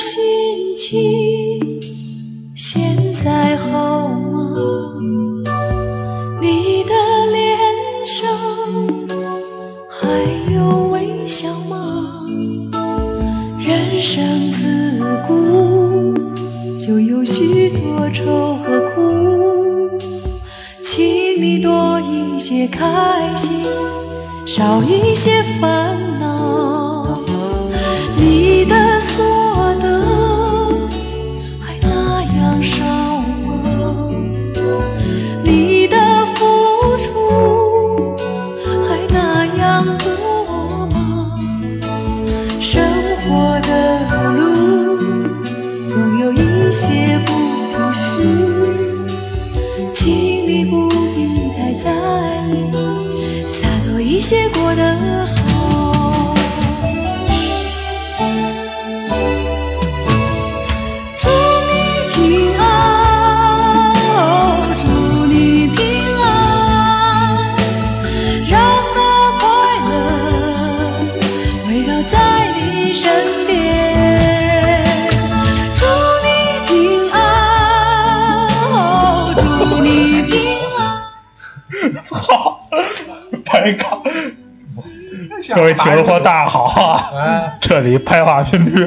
心情现在好吗？你的脸上还有微笑吗？人生自古就有许多愁和苦，请你多一些开心，少一些烦恼。你的所得还那样少吗？你的付出还那样多吗？生活的路总有一些不平事，请你不应太在意，洒脱一些过得好。 各位听众朋友大家好啊！这里拍话频率，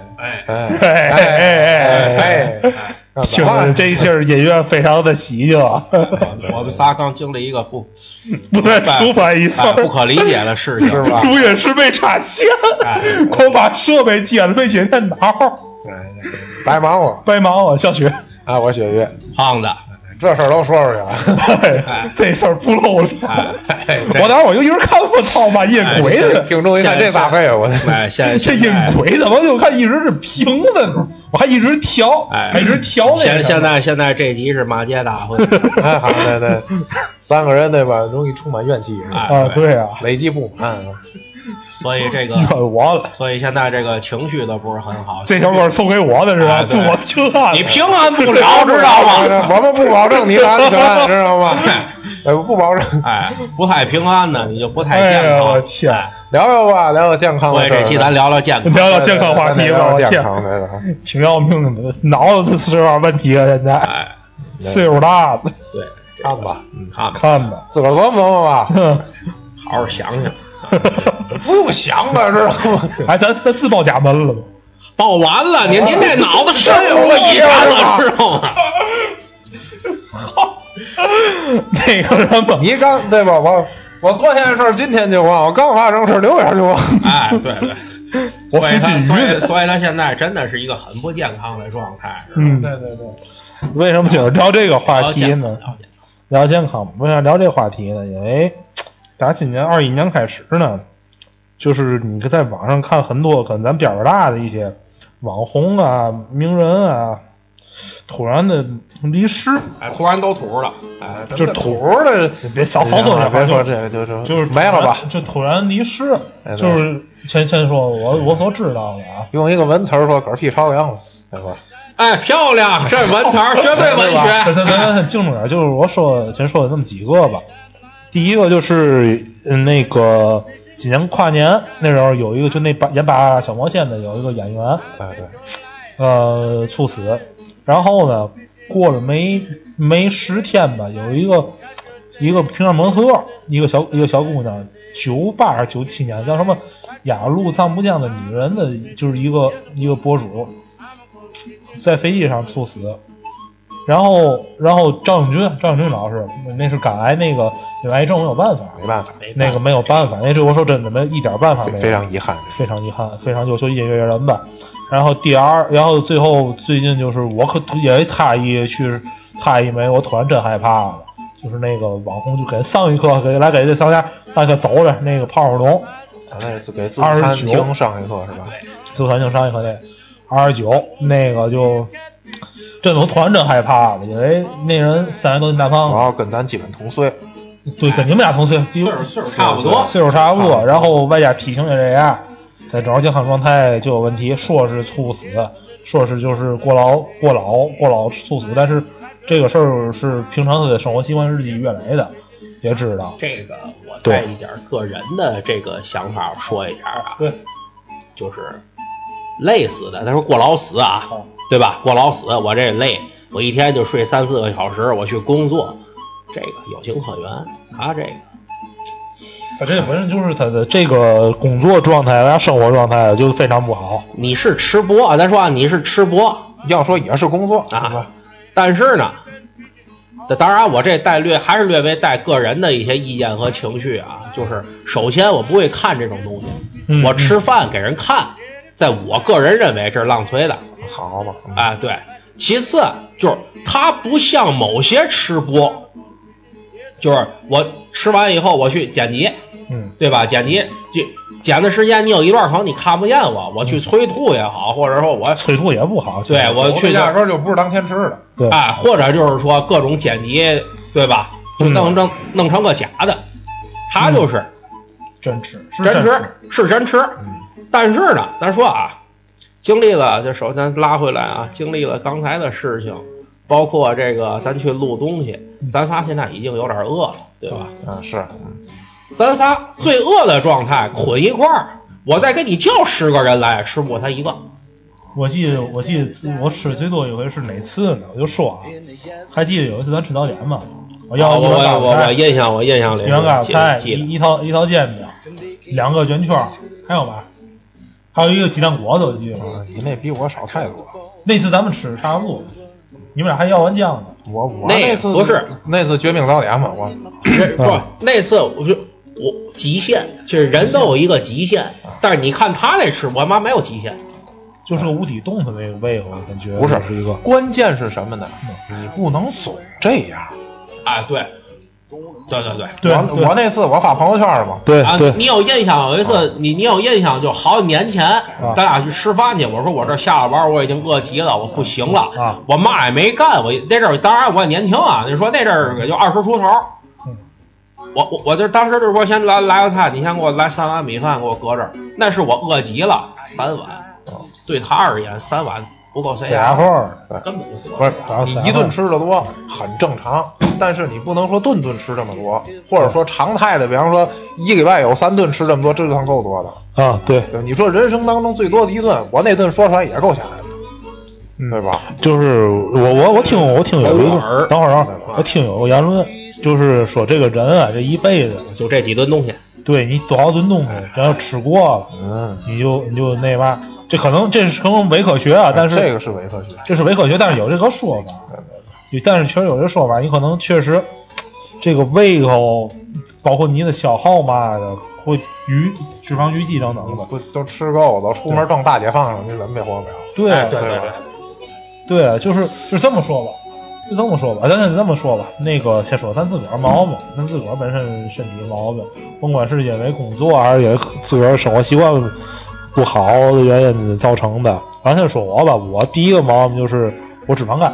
听着这阵音乐非常的喜庆啊！ 我们仨刚经历一个不好意思， 不可理解的事情，是吧？ 录音室被插线，光把设备接了没接电脑， 白忙活， 小雪啊，我雪月胖子。 这事儿都说出去了， 这事儿不露脸。我当时我就一直看，我操妈音轨的， 听众一看这咋废我这音轨怎么就看一直是平的呢？我还一直调，还一直调那个。现在这集是骂街大会， 好对，三个人对吧？容易充满怨气啊，对啊， 累积不满。 所以这个我了， 所以现在这个情绪都不是很好。 这条歌送给我的是吧？祝我平安， 你平安不了，知道吗？ 我们不保证你的安全，知道吗？不保证。 不太平安的，你就不太健康。 我天， 聊聊健康。 所以这期咱聊健康， 聊健康话题吧。我天，挺要命的，脑子是有点问题啊，现在。岁数大了。 对， 看吧， 看吧， 自个儿琢磨吧， 好好想想。 不用想了，知道吗？ 咱自报家门了吧？ 报完了，您这脑子是有问题了，知道吗？ 那个什么， 你刚对吧？我昨天的事今天就忘，我刚发生事留言就忘。 对， 我是金鱼， 所以他现在真的是一个很不健康的状态。 对。 为什么想聊这个话题呢？聊健康，为啥聊这个话题呢？因为打今年21年开始呢，就是你在网上看很多可能咱边儿大的一些网红啊、名人啊，突然的离世， 突然都土了， 就土的，别少说别说这个，就是没了吧，就突然离世，就是先说我所知道的啊， 用一个文词说嗝屁朝阳了，对吧？ 漂亮，这文词绝对文学。 咱很精准点，就是我先说的那么几个吧。第一个就是那个今年跨年那时候有一个就那演把小魔仙的有一个演员，猝死，然后呢过了没10天吧，有一个平面模特，一个小姑娘，98还是97年，叫什么雅路藏不见的女人的，就是一个博主，在飞机上猝死。然后赵永军老师那是肝癌，那个有癌症没有办法，那个没有办法，那是我说真的没一点办法没有， 非常遗憾， 非常优秀音乐人吧。然后最后最近就是我因为他一没我突然真害怕了，就是那个网红就给上一课给这上一课走着那个泡泡龙， 给自助餐厅上一课是吧？ 自助餐厅上一课那29那个就。这种突然真害怕了，因为那人30多大胖子， 主要跟咱基本同岁， 对，跟你们俩同岁， 岁数差不多， 然后外加体型也这样，在整个健康状态就有问题，说是猝死，说是就是过劳猝死，但是这个事儿是平常他的生活习惯日积月累的，也知道。 这个我带一点个人的这个想法说一下啊， 对， 就是累死的。他说过劳死啊，对吧？过劳死，我这累，我一天就睡3-4个小时，我去工作，这个有情可原。他这个。 他这本身就是他的这个工作状态呀、生活状态就非常不好。 你是吃播啊，咱说啊，你是吃播， 要说也是工作啊，但是呢，当然我这还是略微带个人的一些意见和情绪啊，就是首先我不会看这种东西，我吃饭给人看，在我个人认为这是浪吹的， 好吧？ 啊，对。其次就是他不像某些吃播，就是我吃完以后我去剪辑。对吧？剪辑就剪的时间，你有一段可能你看不见我去催吐也好，或者说我催吐也不好， 对我去压根就不是当天吃的， 对， 哎，或者就是说各种剪辑，对吧？就弄成个假的，他就是真吃， 是真吃。但是呢，咱说啊，经历了这首先拉回来啊，经历了刚才的事情，包括这个咱去录东西，咱仨现在已经有点饿了，对吧？ 是。 咱仨最饿的状态捆一块儿，我再给你叫10个人来，吃不过他一个。 我记得我吃最多一回是哪次呢？我就说啊，还记得有一次咱吃早点吗？我印象里， 一碗嘎菜，一套煎饼，2个卷圈，还有吧？还有一个鸡蛋果子，我记得。 你那比我少太多。 那次咱们吃差不多，你们俩还要完酱呢。 我那次不是那次绝命早点嘛， 不那次我极限，就是人都有一个极限，但是你看他那吃，我妈没有极限， 就是个无底洞的那个胃口，感觉不是一个。 关键是什么呢？你不能总这样。 啊，对， 我那次我发朋友圈了嘛， 对啊，你有印象？有一次你有印象，就好几年前，咱俩去吃饭去，我说我这下了班我已经饿急了，我不行了，我嘛也没干，我那阵儿当然我也年轻啊，你说那阵儿也就20出头。我就当时就说先来个菜，你先给我来3碗米饭，给我搁这儿。那是我饿急了，3碗，对他而言3碗不够塞牙，根本不是你一顿吃的多很正常，但是你不能说顿顿吃这么多，或者说常态的，比方说1个礼拜有3顿吃这么多，这就算够多的啊。对， 你说人生当中最多的一顿，我那顿说出来也够吓人的，对吧？ 就是我听有一个，等会儿我听有个言论。就是说这个人啊，这一辈子就这几顿东西， 对你多少顿东西，然后吃过了，你就那嘛，这可能伪科学啊，但是这个是伪科学， 这是伪科学，但是有这个说法，但是确实有这个说法，你可能确实这个胃口，包括你的消耗嘛的，会脂肪淤积等等的， 都吃够了，出门挣大解放了，你怎么也活不了？ 对，就是这么说吧。就这么说吧，咱这么说吧，那个先说咱自个儿毛病，咱自个儿本身身体毛病，甭管是因为工作还是因为自个儿生活习惯不好的原因造成的。然后先说我吧，我第一个毛病就是我脂肪肝，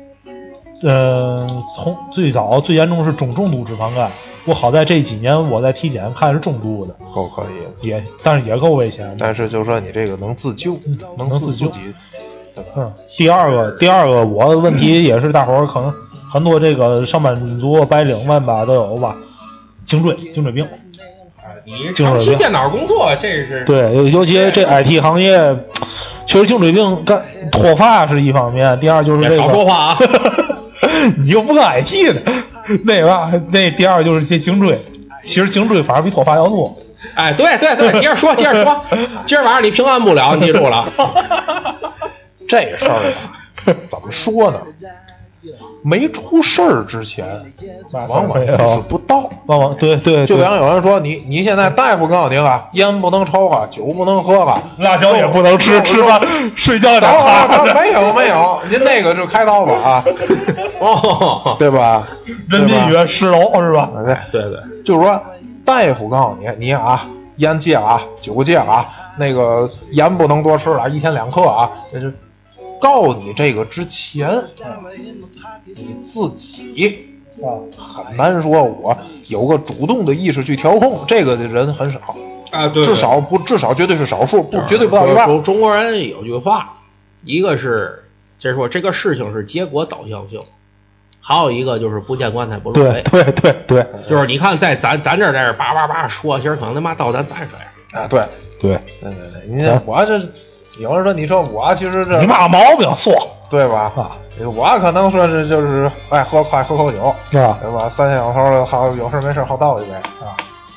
从最早最严重是中度脂肪肝，我好在这几年我在体检看是中度的， 够可以， 但是也够危险的。 但是就说你这个能自救，能自救。 第二个我的问题也是大伙儿可能很多这个上班族白领们吧都有吧，颈椎病。 你长期电脑工作，这是对，尤其这 IT 行业，确实颈椎病脱发是一方面，第二就是这个少说话啊， 你又不跟 IT 的，那第二就是这颈椎，其实颈椎反而比脱发要多。 哎，对，接着说，今儿晚上你平安不了，你记住了。 这事儿怎么说呢？没出事儿之前，往往是不到。 对， 就比方有人说你现在大夫告诉你了，烟不能抽啊，酒不能喝啊， 辣椒也不能吃，吃饭睡觉得没有，您那个就开刀吧啊，对吧？ 人民医院10楼是吧？ 对，就是说大夫告诉你啊，烟戒啊，酒戒啊，那个盐不能多吃了，1天2克啊，这是。告你这个之前，你自己很难说我有个主动的意识去调控，这个的人很少啊，对， 至少绝对是少数，绝对不到一半。 中国人有句话，一个是就是说这个事情是结果导向性，还有一个就是不见棺材不入灰。 对， 就是你看在咱这儿在这叭叭说，其实可能他妈到咱这样啊，对，你我这。 有人说你说我其实这你嘛毛病说对吧？ 啊， 我可能说是就是爱喝快喝口酒啊， 对吧？三天两头的好有事没事好倒一杯啊。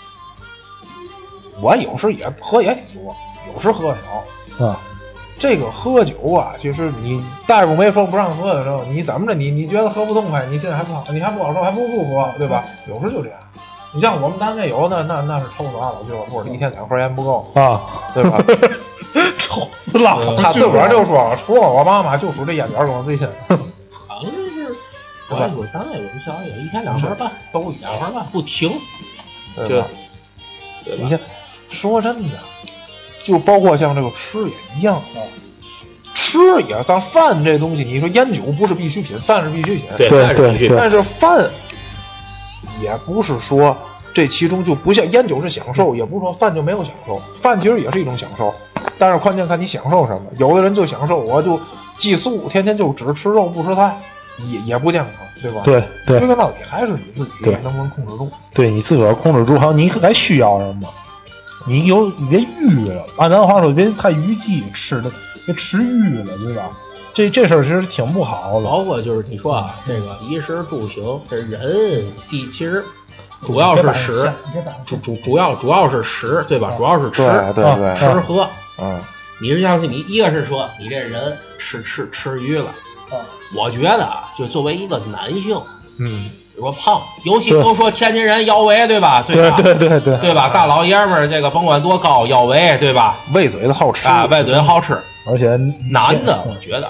我有时也喝也挺多，有时喝少啊。 这个喝酒啊，其实你大夫没说不让喝的时候，你怎么着你觉得喝不痛快，你现在还不好，你还不好受，还不喝，对吧？有时候就这样。你像我们单位有那是抽死老俱乐部的，一天2盒烟不够啊， 对吧？ 抽死了， 他自个儿就说，除了我妈妈，就属这烟点跟我最亲。 好像是，我说单位我们学校也一天2盒半， 都 2盒半不停， 对吧？你像说真的。就包括像这个吃也一样啊，吃也咱饭这东西，你说烟酒不是必需品，饭是必需品， 对， 但是饭也不是说这其中就不像烟酒是享受，也不是说饭就没有享受，饭其实也是一种享受，但是关键看你享受什么。有的人就享受我就忌素，天天就只吃肉不吃菜，也不健康，对吧？ 对， 归根到底还是你自己能不能控制住。 对你自个儿控制住，还有你该需要什么。你别郁了，按咱话说，别太淤积，别吃郁了，对吧？这事儿其实挺不好的。 包括就是你说啊，这个衣食住行，这人其实主要是食，主要是食，对吧？主要是吃， 对吃喝。 你是像你一个是说你这人吃鱼了，我觉得啊，就作为一个男性，比如说胖，尤其都说天津人腰围，对吧？对吧？大老爷们儿这个甭管多高，腰围，对吧？ 喂嘴的好吃啊，喂嘴好吃。 而且男的，我觉得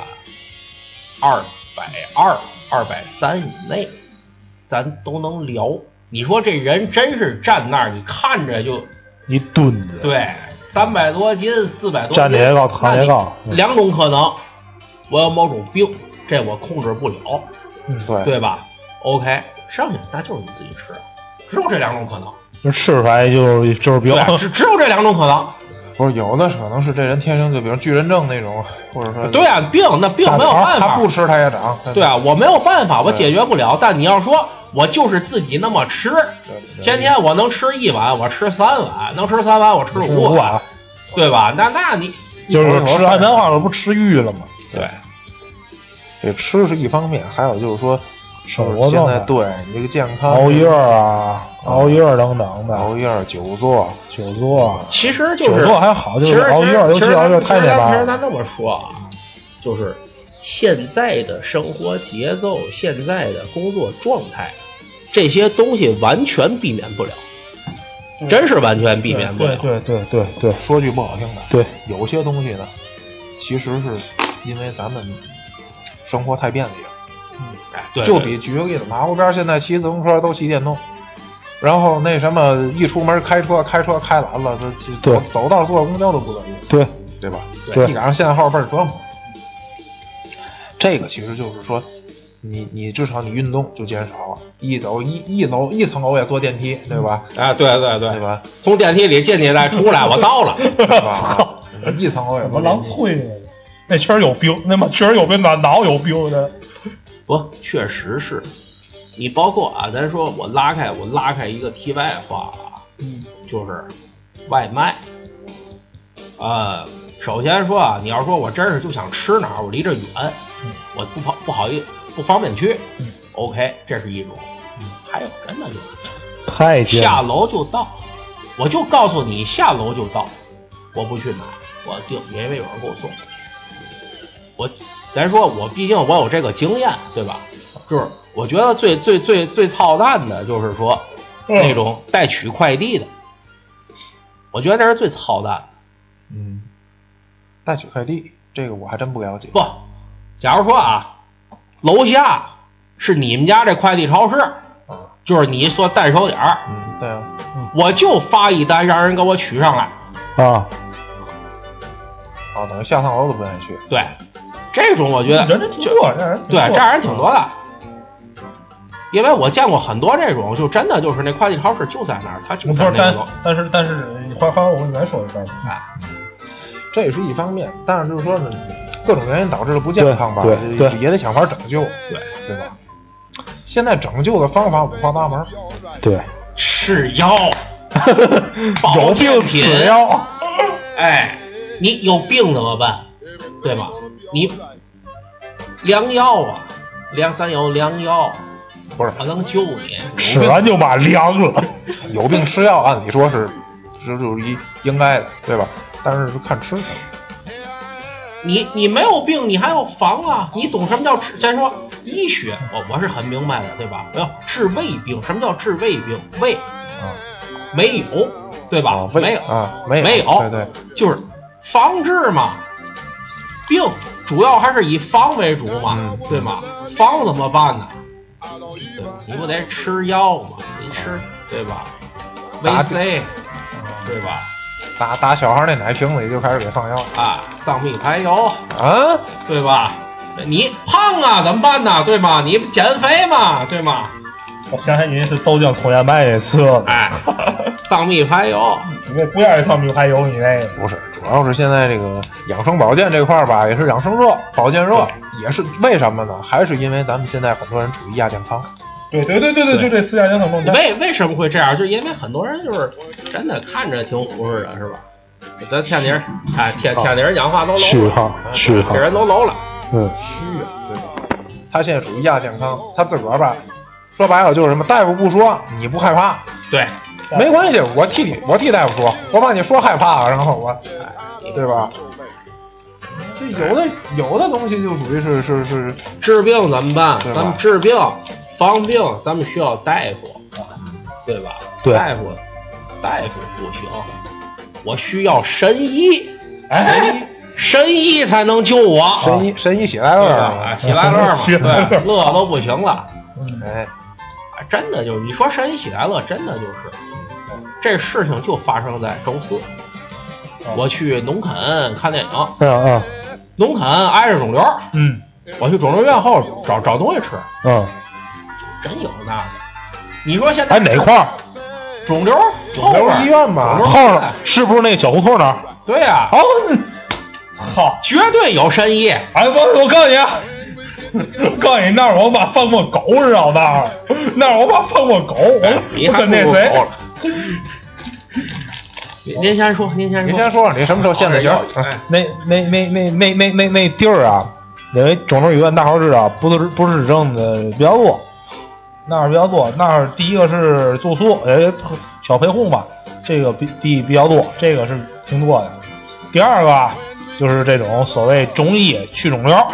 220、230以内，咱都能聊。你说这人真是站那儿，你看着就一墩子， 对，300多斤、400多斤， 站着也高，躺也高。 2种可能，我有某种病，这我控制不了，对吧 ？OK。剩下那就是你自己吃，只有这2种可能。 就吃出来就是病， 只有这2种可能。 不是有的可能是这人天生就比如巨人症那种，或者说对啊，病没有办法， 他不吃他也长。 对啊，我没有办法，我解决不了。但你要说我就是自己那么吃，天天我能吃1碗，我吃3碗，能吃3碗我吃5碗，对吧？那你就是吃按咱话说不吃郁了吗？ 对， 这吃是一方面，还有就是说。 生活现在对你这个健康， 熬夜等等的， 熬夜、久坐， 其实就是久坐还好，就是熬夜，尤其熬夜太那啥。 其实咱这么说啊，就是现在的生活节奏、现在的工作状态，这些东西完全避免不了，真是完全避免不了。 对， 说句不好听的， 对， 有些东西呢，其实是因为咱们生活太便利了。就比举个例子，马路边现在骑自行车都骑电动，然后那什么一出门开车开懒了，走道坐公交都不乐意，对吧？ 对， 一赶上限号倍儿折磨。这个其实就是说，你至少你运动就减少，一层楼也坐电梯，对吧？ 啊，对吧？ 从电梯里进去再出来，我到了， 操，一层楼也坐电梯。狼催那确实有病，那么确实有病，脑有病的。 不，确实是，你包括啊，咱说我拉开一个题外话啊，就是外卖，首先说啊，你要说我真是就想吃哪儿，我离这远，我不方便去，OK， 这是一种，还有真的就是太下楼就到，我就告诉你下楼就到，我不去买，我订，也没有人给我送，咱说我毕竟我有这个经验，对吧？就是我觉得最操蛋的就是说那种代取快递的，我觉得那是最操蛋的。 代取快递这个我还真不了解。 不，假如说啊，楼下是你们家这快递超市，就是你说单手点儿， 对啊， 我就发一单让人给我取上来啊。 等于下趟楼都不愿意去。 对。这种我觉得人挺多， 对，这样人挺多的，因为我见过很多这种，就真的就是那快递超市就在那儿，他就在那种。 但是，我跟你来说一声， 这也是一方面，但是就是说呢，各种原因导致了不健康吧， 对， 也得想法拯救，对吧？现在拯救的方法五花八门， 对， 吃药， 有病吃药， 哎。 你有病怎么办？对吗？你良药啊，咱有良药， 不是它能救你。 吃完就把凉了。 有病吃药，按理说是应该的，对吧？但是看吃什么。 你没有病，你还要防啊！你懂什么叫治？咱说医学，我是很明白的，对吧？我要治胃病。什么叫治胃病？胃啊， 没有，对吧？没有啊，没有，对对， 就是防治嘛。病主要还是以防为主嘛，对吗？防怎么办呢？对，你不得吃药嘛？你吃，对吧？VC，对吧？ 打小孩那奶瓶里就开始给放药啊，藏秘排油啊， 对吧？你胖啊，怎么办呢？对吗？你减肥嘛，对吗？ 我想起你是豆浆葱燕麦那次， 哎，藏秘排油， 你不要藏秘排油，你那不是，主要是现在这个养生保健这块吧，也是养生热、保健热，也是为什么呢？还是因为咱们现在很多人处于亚健康。 对，就这4亚健康状态。 为什么会这样？就是因为很多人就是真的看着挺虎实的，是吧？咱天津人讲话都 low 了， 虚哈， 这人都 low 了， 虚啊，对吧？他现在属于亚健康，他自个儿吧，说白了就是什么，大夫不说你不害怕， 对， 没关系，我替大夫说，我把你说害怕，然后我，对吧？这有的东西就属于是治病怎么办？咱们治病防病，咱们需要大夫，对吧？ 对， 大夫不行，我需要神医，神医才能救我。 神医喜来乐啊， 喜来乐嘛，对，乐都不行了。 哎， 真的就是你说神医喜来乐，真的就是这事情就发生在周4，我去农垦看电影，农垦挨着肿瘤，我去肿瘤院后找东西吃，真有那个。你说现在哪块儿？ 肿瘤医院嘛， 后边是不是那小胡同那儿？ 对呀。操，绝对有神医！ 哎，我告诉你，那儿我爸放过狗，知道那儿我爸放过狗，我跟那谁。 您先说，你什么时候现在行？ 那地儿啊，因为肿瘤医院大伙知道，不是症的比较多。那儿比较多，那儿第一个是住宿，小陪护嘛，这个比较多，这个是挺多的。第二个就是这种所谓中医去肿瘤，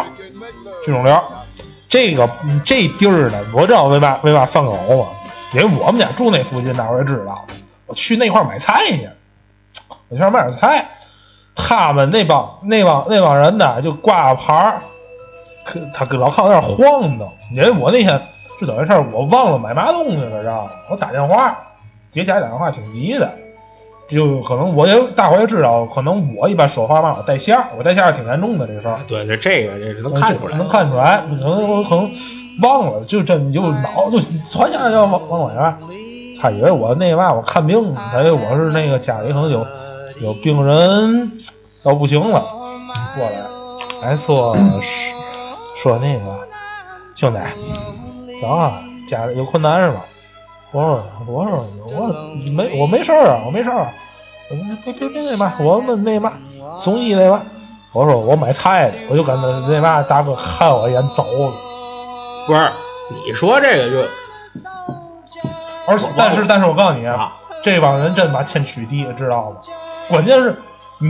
这地儿呢，我知道为嘛放狗嘛，因为我们家住那附近，那我也知道，我去那块买菜去，我去那买点菜，他们那帮人呢就挂牌儿，他老看我有点晃荡，因为我那天。是怎么回事？我忘了买嘛东西了，知道吗？我打电话，给家里打电话挺急的，就可能大伙也知道，可能我一般说话嘛，我带线挺严重的这事儿。 对，这能看出来， 可能忘了，就真就脑就传下来要往哪边。他以为我那嘛我看病，他以为我是那个家里可能有病人要不行了，过来，还说那个兄弟。啊，家里有困难是吧？我说我没事儿啊，别那嘛，我们那嘛中医那嘛，我说我买菜的，我就跟那嘛大哥看我一眼走了。 不是，你说这个就， 但是我告诉你啊，这帮人真把钱取缔，知道吗？关键是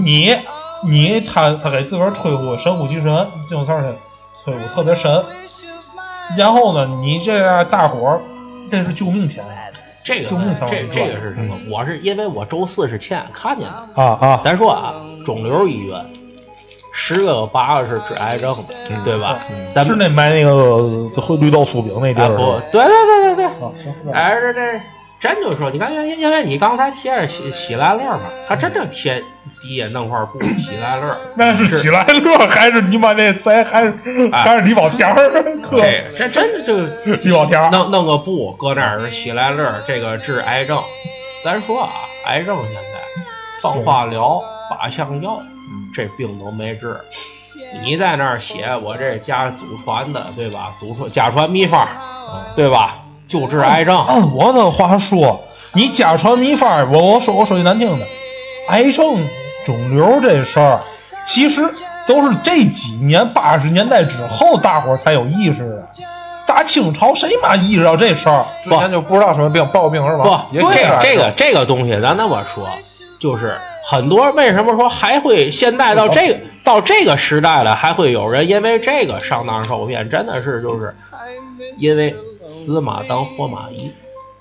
他给自个儿吹呼神乎其神，这种事儿吹呼特别神。然后呢，你这样大伙儿，这是救命钱，救命钱。 这个是什么？我是因为我周4是亲眼看见的啊。 咱说啊，肿瘤医院10个有8个是治癌症的，对吧？咱是那卖那个绿豆酥饼那地儿。 对。哎，这真就说，你看，因为你刚才贴着喜来乐嘛，他真正贴底下弄块布喜来乐， 那是喜来乐还是你把那塞还是李保田儿？ 这真的就李保田弄个布搁那儿是喜来乐，这个治癌症。咱说啊，癌症现在放化疗、靶向药，这病都没治。你在那儿写我这家祖传的，对吧？家传秘方，对吧？就治癌症。 按我的话说，你家传秘方，我说句难听的，癌症肿瘤这事儿，其实都是这几年80年代之后大伙儿才有意识的。大清朝谁妈意识到这事儿？ 之前就不知道什么病，暴病而亡。 不，这个东西，咱那么说，就是很多为什么说还会现在到这个时代了，还会有人因为这个上当受骗，真的是就是因为死马当活马医，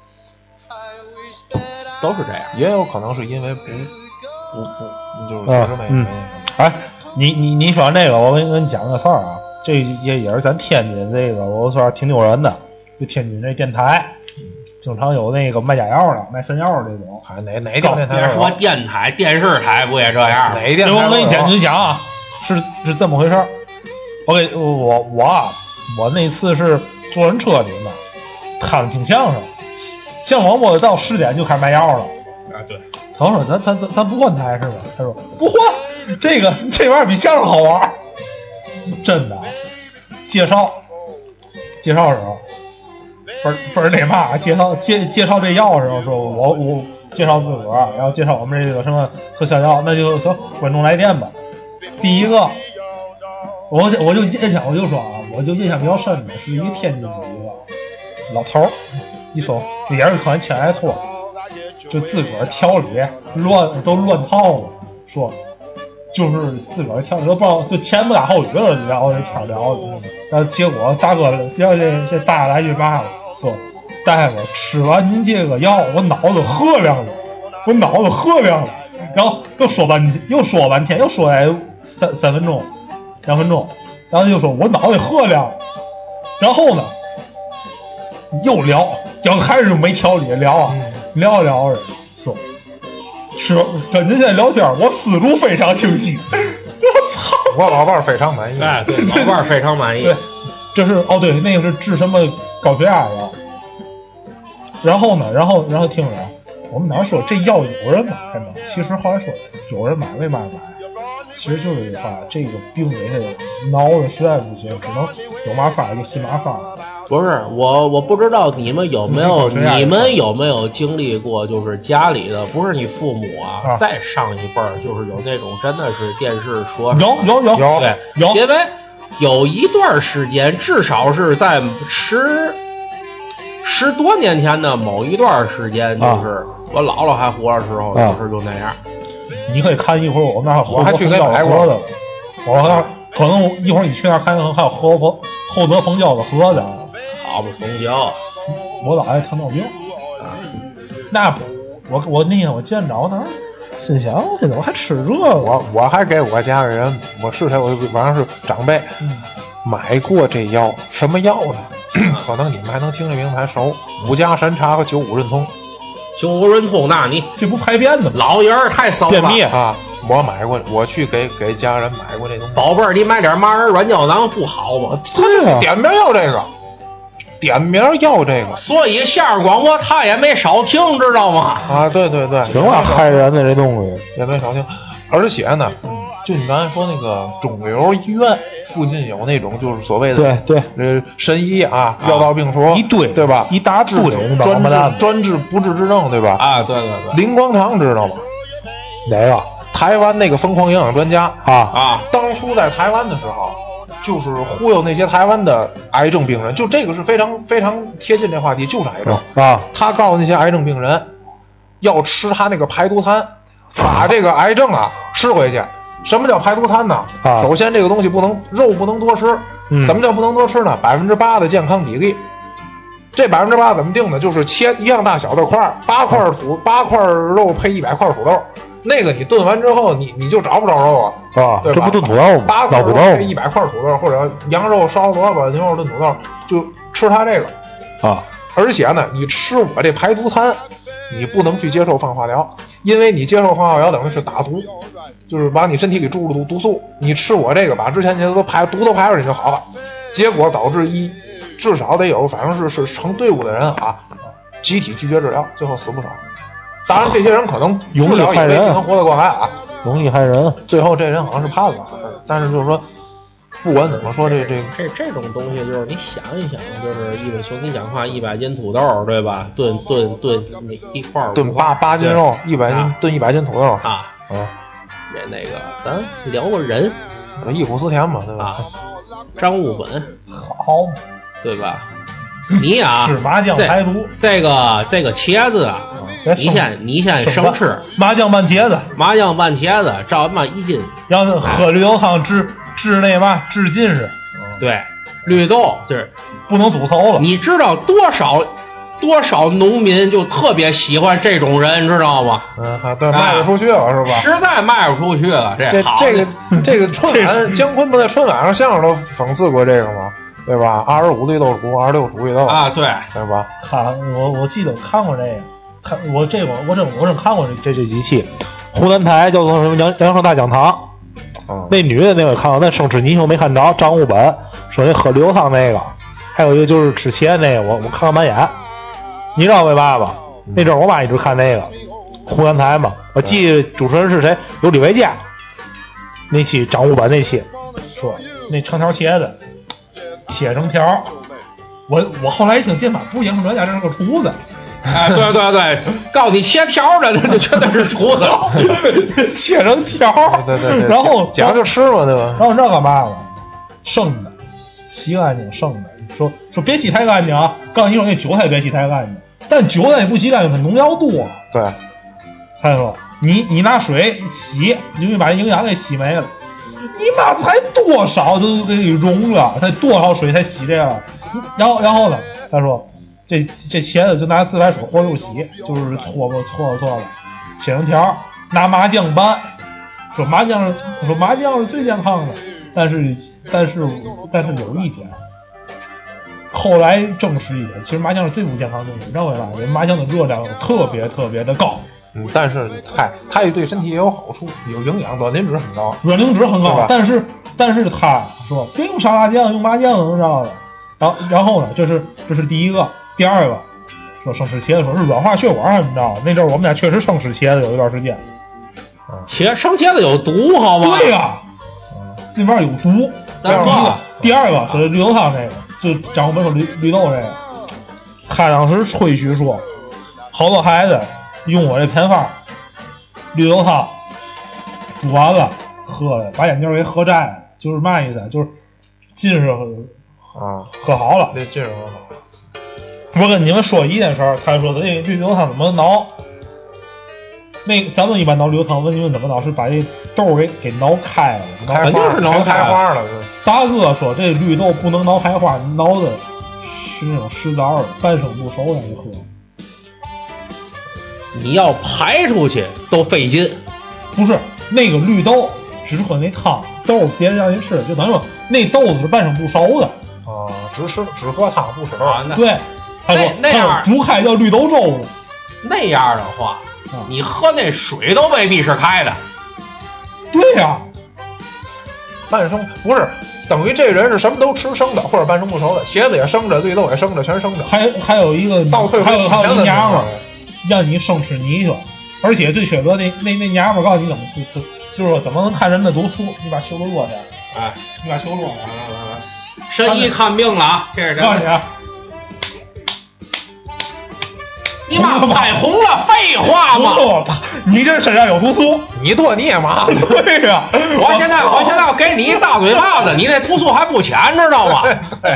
都是这样。 也有可能是因为不，就是确实没。 哎，你说这个，我跟你讲个事儿啊。这也是咱天津这个，我说挺丢人的。就天津这电台，经常有那个卖假药的、卖神药这种。 哪电台？ 别说电台、电视台不也这样？ 哪电台？ 我跟你讲啊，是这么回事儿。我那次是坐人车里面，他们听相声，像我到10点就开始卖药了。 啊，对。 他说咱不换台是吧？他说不换，这玩意儿比相声好玩。真的，介绍时候，不是那嘛，介绍这药的时候，说我介绍自个儿，然后介绍我们这个什么特效药，那就说观众来电吧。第一个，我就印象比较深的是一个天津的一个老头儿，一说也是可能前来托，就自个儿调理乱套了，说。就是自个儿跳，都不知道就前不打后语了，然后就跳聊了，然后结果大哥，要这大来句嘛了，说大夫吃完您这个药，我脑子喝亮了，然后又说半天，又说来3分钟2分钟，然后就说我脑袋喝亮了，然后呢又聊，还是没条理聊着说。是跟您现在聊天，我思路非常清晰。我操！ 我老伴儿非常满意。 哎，对，老伴儿非常满意。 对，这是对，那个是治什么高血压药。然后呢，然后听着，我们哪说这药有人买吗？其实后来说有人买，为嘛买？其实就是一句话，这个病给他挠的实在不行，只能有嘛法就新嘛法。 不是我不知道你们有没有经历过，就是家里的不是你父母啊，再上一辈儿，就是有那种真的是电视说有对有， 因为有一段时间，至少是在十多年前的某一段时间，就是我姥姥还活着时候，就那样。 你可以看一会儿我们那我还去给买过的，我那可能一会儿你去那儿看还有厚德蜂胶的盒子。 好不蜂胶， 我姥爷糖尿病，那我那天我见着那儿，心想我怎么还吃这个？ 我还给我家里人，我是谁？我反正是长辈，买过这药，什么药呢？可能你们还能听这名字还熟，5价山茶和95润通。 95润通，那你这不排便的吗？ 老人儿太骚了。 便秘啊！我买过，我去给家人买过这东西。 宝贝儿，你买点麻仁软胶囊不好吗？ 他就点名要这个。点名要这个， 所以下儿广播他也没少听，知道吗？ 啊，对， 挺害人的这东西也没少听，而且呢，就你刚才说那个肿瘤医院附近有那种就是所谓的对神医啊，药到病除一堆对吧？ 一大堆专治不治之症对吧？ 啊，对， 林光常知道吗？ 哪个？ 台湾那个疯狂营养专家啊， 当初在台湾的时候。就是忽悠那些台湾的癌症病人，就这个是非常非常贴近这话题，就是癌症啊。 他告诉那些癌症病人，要吃他那个排毒餐，把这个癌症啊吃回去。什么叫排毒餐呢？首先这个东西肉不能多吃。怎么叫不能多吃呢？8%的健康比例。这8%怎么定的？就是切一样大小的块，8块肉配100块土豆。那个你炖完之后，你就找不着肉啊，对吧？ 这不炖土豆吗 ？8块肉配100块土豆，或者羊肉烧萝卜、牛肉炖土豆，就吃它这个啊。 而且呢，你吃我这排毒餐，你不能去接受放化疗，因为你接受放化疗等于是打毒，就是把你身体给注入毒素。你吃我这个，把之前那都排毒都排出去就好了。结果导致至少得有，反正是成队伍的人啊，集体拒绝治疗，最后死不少。当然，这些人可能治疗也未必能活得过来啊， 容易害人。 最后这人好像是判了，但是就是说，不管怎么说，这种东西就是你想一想，就是兄弟讲话100斤土豆，对吧？炖一块炖8斤肉，100斤炖100斤土豆啊。 那个咱聊个人， 忆苦思甜嘛，对吧？ 啊，张悟本， 好嘛， 对吧？你呀， 吃麻酱排毒， 这个茄子啊，你先生吃麻酱拌茄子，照他妈1斤， 然后喝绿豆汤治那嘛治近视， 对，绿豆就是不能煮熟了。 你知道多少农民就特别喜欢这种人，知道吗？ 对，卖得出去了是吧？ 实在卖不出去了， 这个春晚，姜昆不在春晚上相声都讽刺过这个吗？对吧？25绿豆煮，26煮绿豆啊，对吧？ 我记得看过这个，我真看过这几期，湖南台叫做什么羊城大讲堂，那女的那个看过，那生吃泥鳅没看着，张悟本说那喝绿豆汤那个，还有一个就是吃茄那个，我看看满眼。你知道为嘛吧？那阵我妈一直看那个湖南台嘛，我记得主持人是谁？有李维嘉。那期张悟本那期说那成条茄子切成条，我后来一听这妈不是养生专家，这是个厨子。 哎，对，告诉你切条的，那就绝对是厨子， 切成条。 对， 然后讲究吃嘛，对吧？ 然后你知道干嘛了？生的，洗干净生的。说别洗太干净啊！告诉你说那韭菜别洗太干净，但韭菜不洗干净，它农药多。 对， 还说你拿水洗，就会把营养给洗没了。你妈才多少都给溶了，才多少水才洗这个？然后呢？他说这茄子就拿自来水或者洗，就是搓了，切成条，拿麻酱拌。说麻酱是最健康的，但是有一点。后来证实一点，其实麻酱是最不健康的东西，你知道为啥？因为麻酱的热量特别的高。 但是它对身体也有好处，有营养，卵磷脂很高。但是他说别用沙拉酱，用麻酱，你知道的。然后呢，这是第一个，第二个说生吃茄子，说是软化血管，你知道？那阵我们家确实生吃茄子有一段时间。 生茄子有毒，好吗？ 对呀，那玩意有毒。第二个是绿豆汤这个。就张悟本说绿豆这个，他当时吹嘘说，好多孩子用我这偏方，绿豆汤煮完了喝了，把眼镜给喝摘了，就是嘛意思？就是近视喝好了。 对，近视喝好。 我跟你们说一件事，他说的那绿豆汤怎么熬？那咱们一般熬绿豆汤，问你们怎么熬？是把这豆给熬开了， 肯定是熬开花了。 大哥说这绿豆不能熬开花，熬的是那种实枣，半生不熟让你喝。 你要排出去都费劲。 不是那个绿豆只喝那汤，豆别让你吃，就等于说那豆子是半生不熟的。 只喝汤不吃豆。 对，他说煮开叫绿豆粥的。 那样的话。你喝那水都未必是开的。 对呀， 半生不是等于这人是什么都吃生的或者半生不熟的，茄子也生着，绿豆也生着，全生着。 还有一个倒退， 还有一娘们儿让你生吃泥鳅，而且最缺德那娘们儿告诉你怎么就是说怎么能看人的毒素？你把袖子落下来， 哎， 你把袖子落下来，神医看病了啊，这是告诉你啊。 你妈拍红了，废话吗？ 你这身上有毒素， 你多你也麻。 对呀， 我现在要给你一大嘴巴子，你那毒素还不浅，知道吗？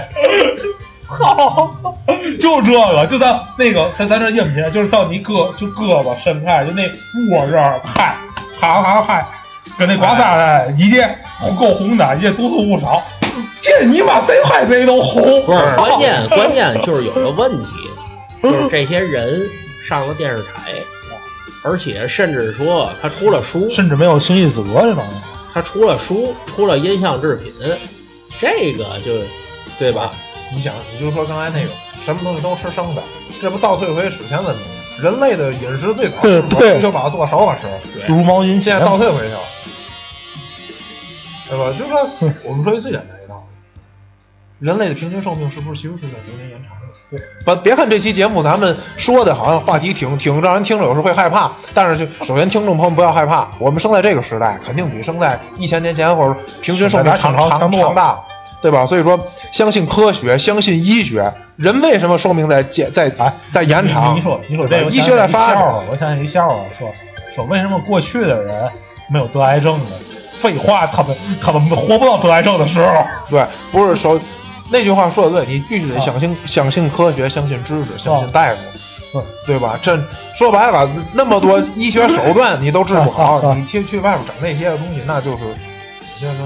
好，就这个，就在那个咱这硬片，就是到你胳膊伸开，就那窝这儿拍，拍，跟那刮痧的一届够红的，一届毒素不少。这你妈谁拍谁都红。 不是关键就是有个问题。就是这些人上了电视台，而且甚至说他出了书， 甚至没有行医资格这玩意儿。 他出了书，出了音像制品，这个就对吧？ 你想，你就说刚才那个什么东西都吃生的，这不倒退回史前文明？人类的饮食最早就把它做熟了吃， 茹毛饮血， 现在倒退回去了，对吧？就是说，我们说一最简单一道理，人类的平均寿命是不是其实是在逐年延长的？对，别看这期节目咱们说的好像话题挺让人听着有时候会害怕，但是就首先听众朋友们不要害怕，我们生在这个时代肯定比生在1000年前或者平均寿命长大，对吧？所以说相信科学，相信医学，人为什么寿命在延长？ 你说这个医学在发展。 我想起一笑话，说为什么过去的人没有得癌症的。废话，他们活不到得癌症的时候。 对，不是说那句话说的对，你必须得相信科学，相信知识，相信大夫，对吧？这说白了，那么多医学手段你都治不好，你去外面整那些东西，那就是现在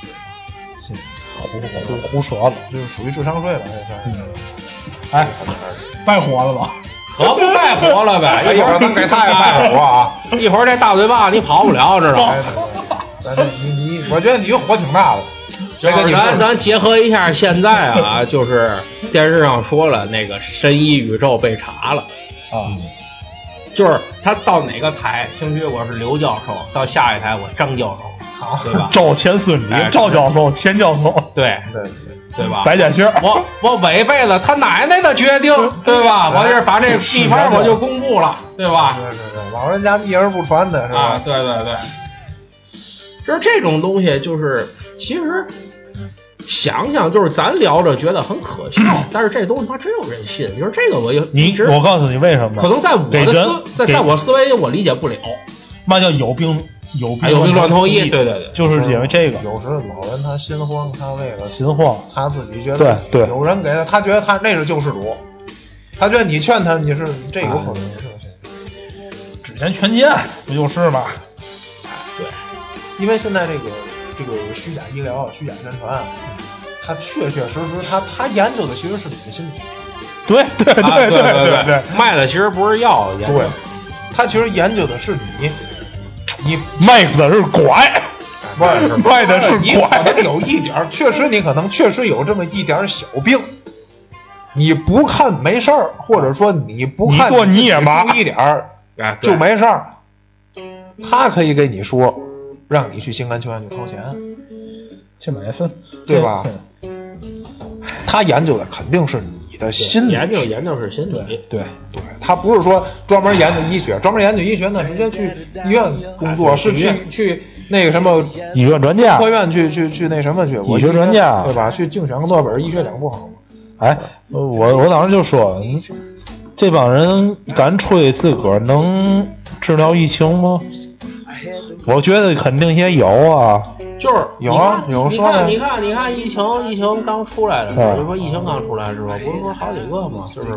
就是胡扯了， 就是属于智商税了。 哎，败火了吧？ 可不败火了呗！ 一会儿咱给他也败火啊！ 一会儿这大嘴巴你跑不了，知道吗？ 你，我觉得你火挺大的。 就是咱结合一下现在啊，就是电视上说了那个神医宇宙被查了啊， 就是他到哪个台，兴许我是刘教授，到下一台我张教授，对吧？ 赵钱孙李，赵教授、钱教授， 对吧？ 白建勋， 我违背了他奶奶的决定，对吧？我就是把这个秘方我就公布了，对吧？ 对，老人家秘而不传的是吧？ 啊，对，就是这种东西，就是其实想想，就是咱聊着觉得很可笑，但是这东西它真有人信，就是这个我告诉你为什么？ 可能在我的在我思维里我理解不了， 嘛叫有病乱投医，对， 就是因为这个。 有时老人他心慌，他为了心慌， 他自己觉得对有人给他觉得他那是救世主，他觉得你劝他你是这有可能是只见权健，不就是吗？ 对， 因为现在这个虚假医疗、虚假宣传，他确实他研究的其实是你的心理。 对， 卖的其实不是药， 对，他其实研究的是你卖的是拐，卖的是你可能有一点，确实有这么一点小病，你不看没事儿，或者说你不看你也麻注意点就没事儿，他可以给你说，让你去心甘情愿去掏钱， 去买份， 对吧？他研究的肯定是你的心理， 研究是心理， 对，他不是说专门研究医学，专门研究医学呢，直接去医院工作，是去那个什么医学专家， 科院去那什么去， 医学专家， 对吧？去竞选个诺贝尔医学奖不好吗？ 哎，我当时就说，这帮人敢吹自个儿能治疗疫情吗？我觉得肯定也有啊。 就是有啊，有说的。 你看，疫情刚出来的时候，就说疫情刚出来的时候，不是说好几个吗？就是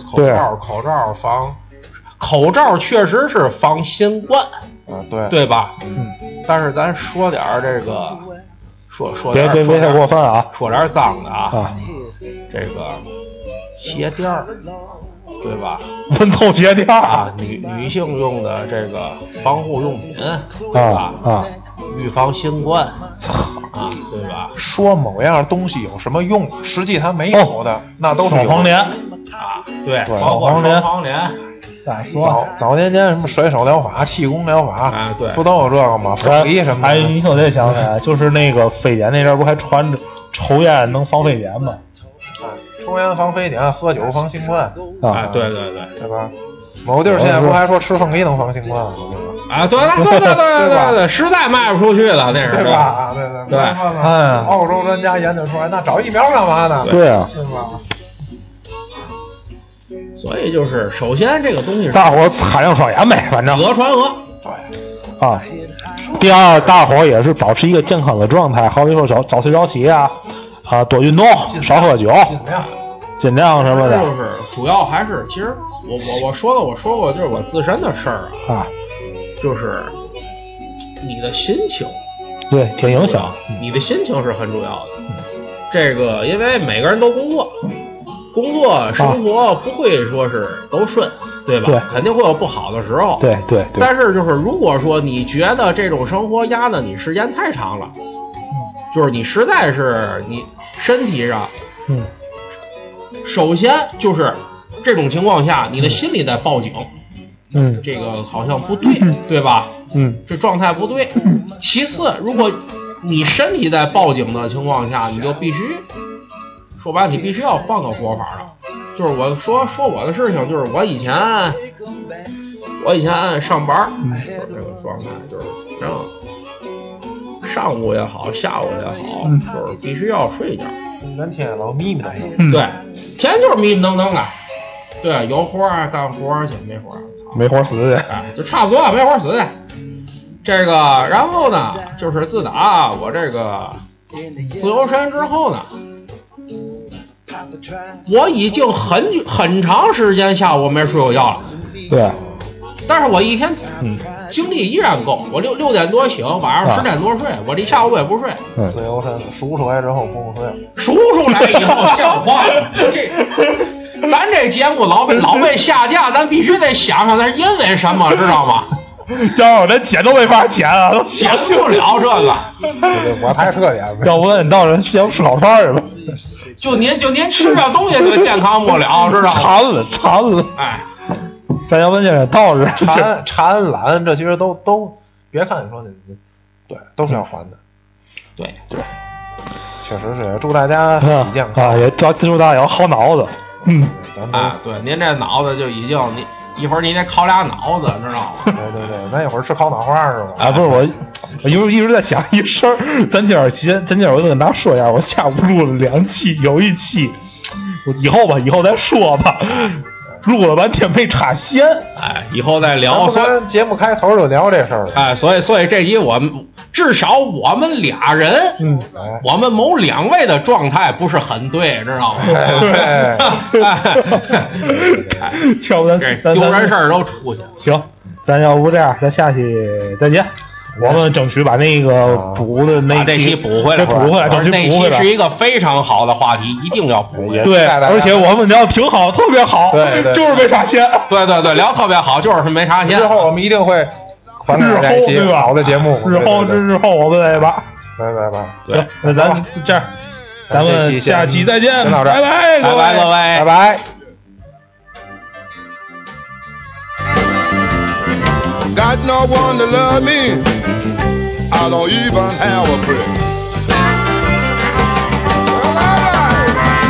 口罩确实是防新冠啊， 对吧？但是咱说点这个，说别太过分啊， 说点脏的啊，这个鞋垫儿，对吧？ 温透鞋垫啊，女性用的这个防护用品，对吧？预防新冠啊，对吧？ 说某样东西有什么用，实际它没有的，那都是双黄连啊，对，包括双黄连。 早年间什么甩手疗法、气功疗法啊，对， 不都有这个吗？凤梨什么的。 哎，你说这想起来，就是那个非典那阵不还传着抽烟能防非典吗？ 抽烟防非典，喝酒防新冠啊，对吧？某地儿现在不还说吃凤梨能防新冠吗？ 啊，对，实在卖不出去了，那是对吧？对，澳洲专家研究出来，那找疫苗干嘛呢？ 对啊， 是吧？ 所以就是首先这个东西， 大伙擦亮双眼呗，反正讹传讹， 对啊。第二，大伙也是保持一个健康的状态，好比说早睡早起啊，多运动，少喝酒，尽量什么的。 就是主要还是，其实我说过，就是我自身的事儿啊，就是你的心情， 对，挺影响。 你的心情是很主要的。这个因为每个人都工作生活不会说是都顺，对吧？ 对， 肯定会有不好的时候。 对。 但是就是如果说你觉得这种生活压得你时间太长了，就是你实在是你身体上，首先就是这种情况下，你的心里在报警，这个好像不对，对吧？这状态不对。其次，如果你身体在报警的情况下，你就必须说白了，你必须要换个说法了。就是我说我的事情，就是我以前上班，这个状态就是上午也好，下午也好，就是必须要睡一觉。 咱天天老迷迷瞪， 对，天天就是迷迷瞪瞪的。对，有活干活去，没活死去， 就差不多没活死去。 这个，然后呢，就是自打我这个自由身之后呢，我已经很长时间下午没睡过觉了。 对， 但是我一天精力依然够，我6点多醒，晚上10点多睡，我这下午也不睡。 自由身赎出来之后不用睡了， 赎出来以后像话，咱这节目老被下架，咱必须得想想那是因为什么，知道吗？ 要不咱剪都没法剪啊，都剪不了这个。 我太特点了。 要不然你到人节目吃烤串去吧。 就您吃这东西就健康不了，知道吗？ 馋了。哎，咱要问现在道士馋懒，这其实都别看你说那，对，都是要还的。 对， 确实是。祝大家身体健康， 也祝大家有好脑子。 对，您这脑子就已经一会儿你得烤俩脑子，知道吗？ 对，咱一会儿吃烤脑花是吧？ 不是我一直在想一事儿，咱今儿我跟大家说一下，我下午录了2期，有一期我以后再说吧。录了半天没插线， 以后再聊。 咱节目开头就聊这事儿了， 所以这集我们至少我们俩人，我们某2位的状态不是很对，知道吗？ 对，要不咱丢人事儿都出去了。 行，咱要不这样，咱下期再见。我们争取把那个补的那这期补回来， 争取补回来。 那期是一个非常好的话题，一定要补回来。 对，而且我们聊挺好，特别好， 对， 就是没插线。 对，聊特别好，就是没插线。 之后我们一定会还给大家一期好的节目。 日后我们再吧。 拜。 行，那咱这样，咱们下期再见， 先到这儿， 拜拜，各位， 拜拜。 Got no one to love me. I don't even have a friend. Well, all right.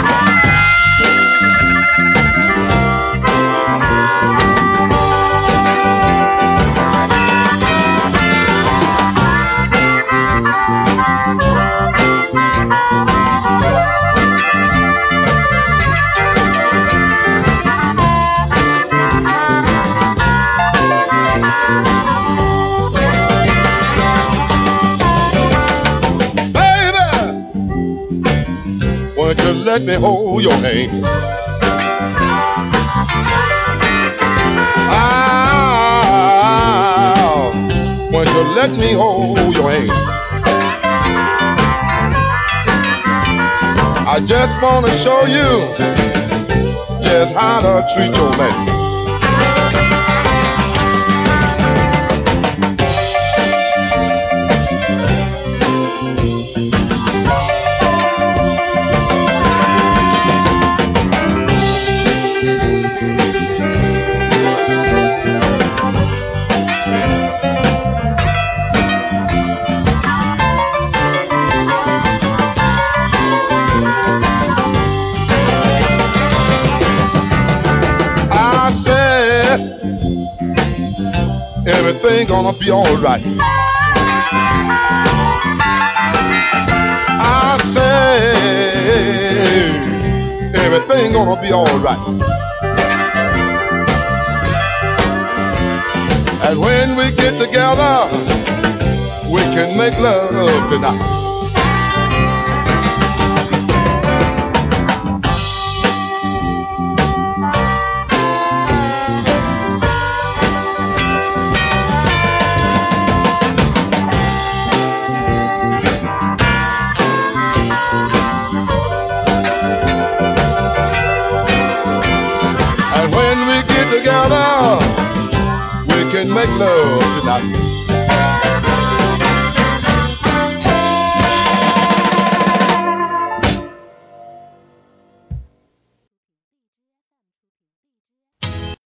Let me hold your hand. Won't you let me hold your hand? I just want to show you just how to treat your man. Everything gonna be alright. I say everything gonna be alright. And when we get together, we can make love tonight. Together, we can make love tonight.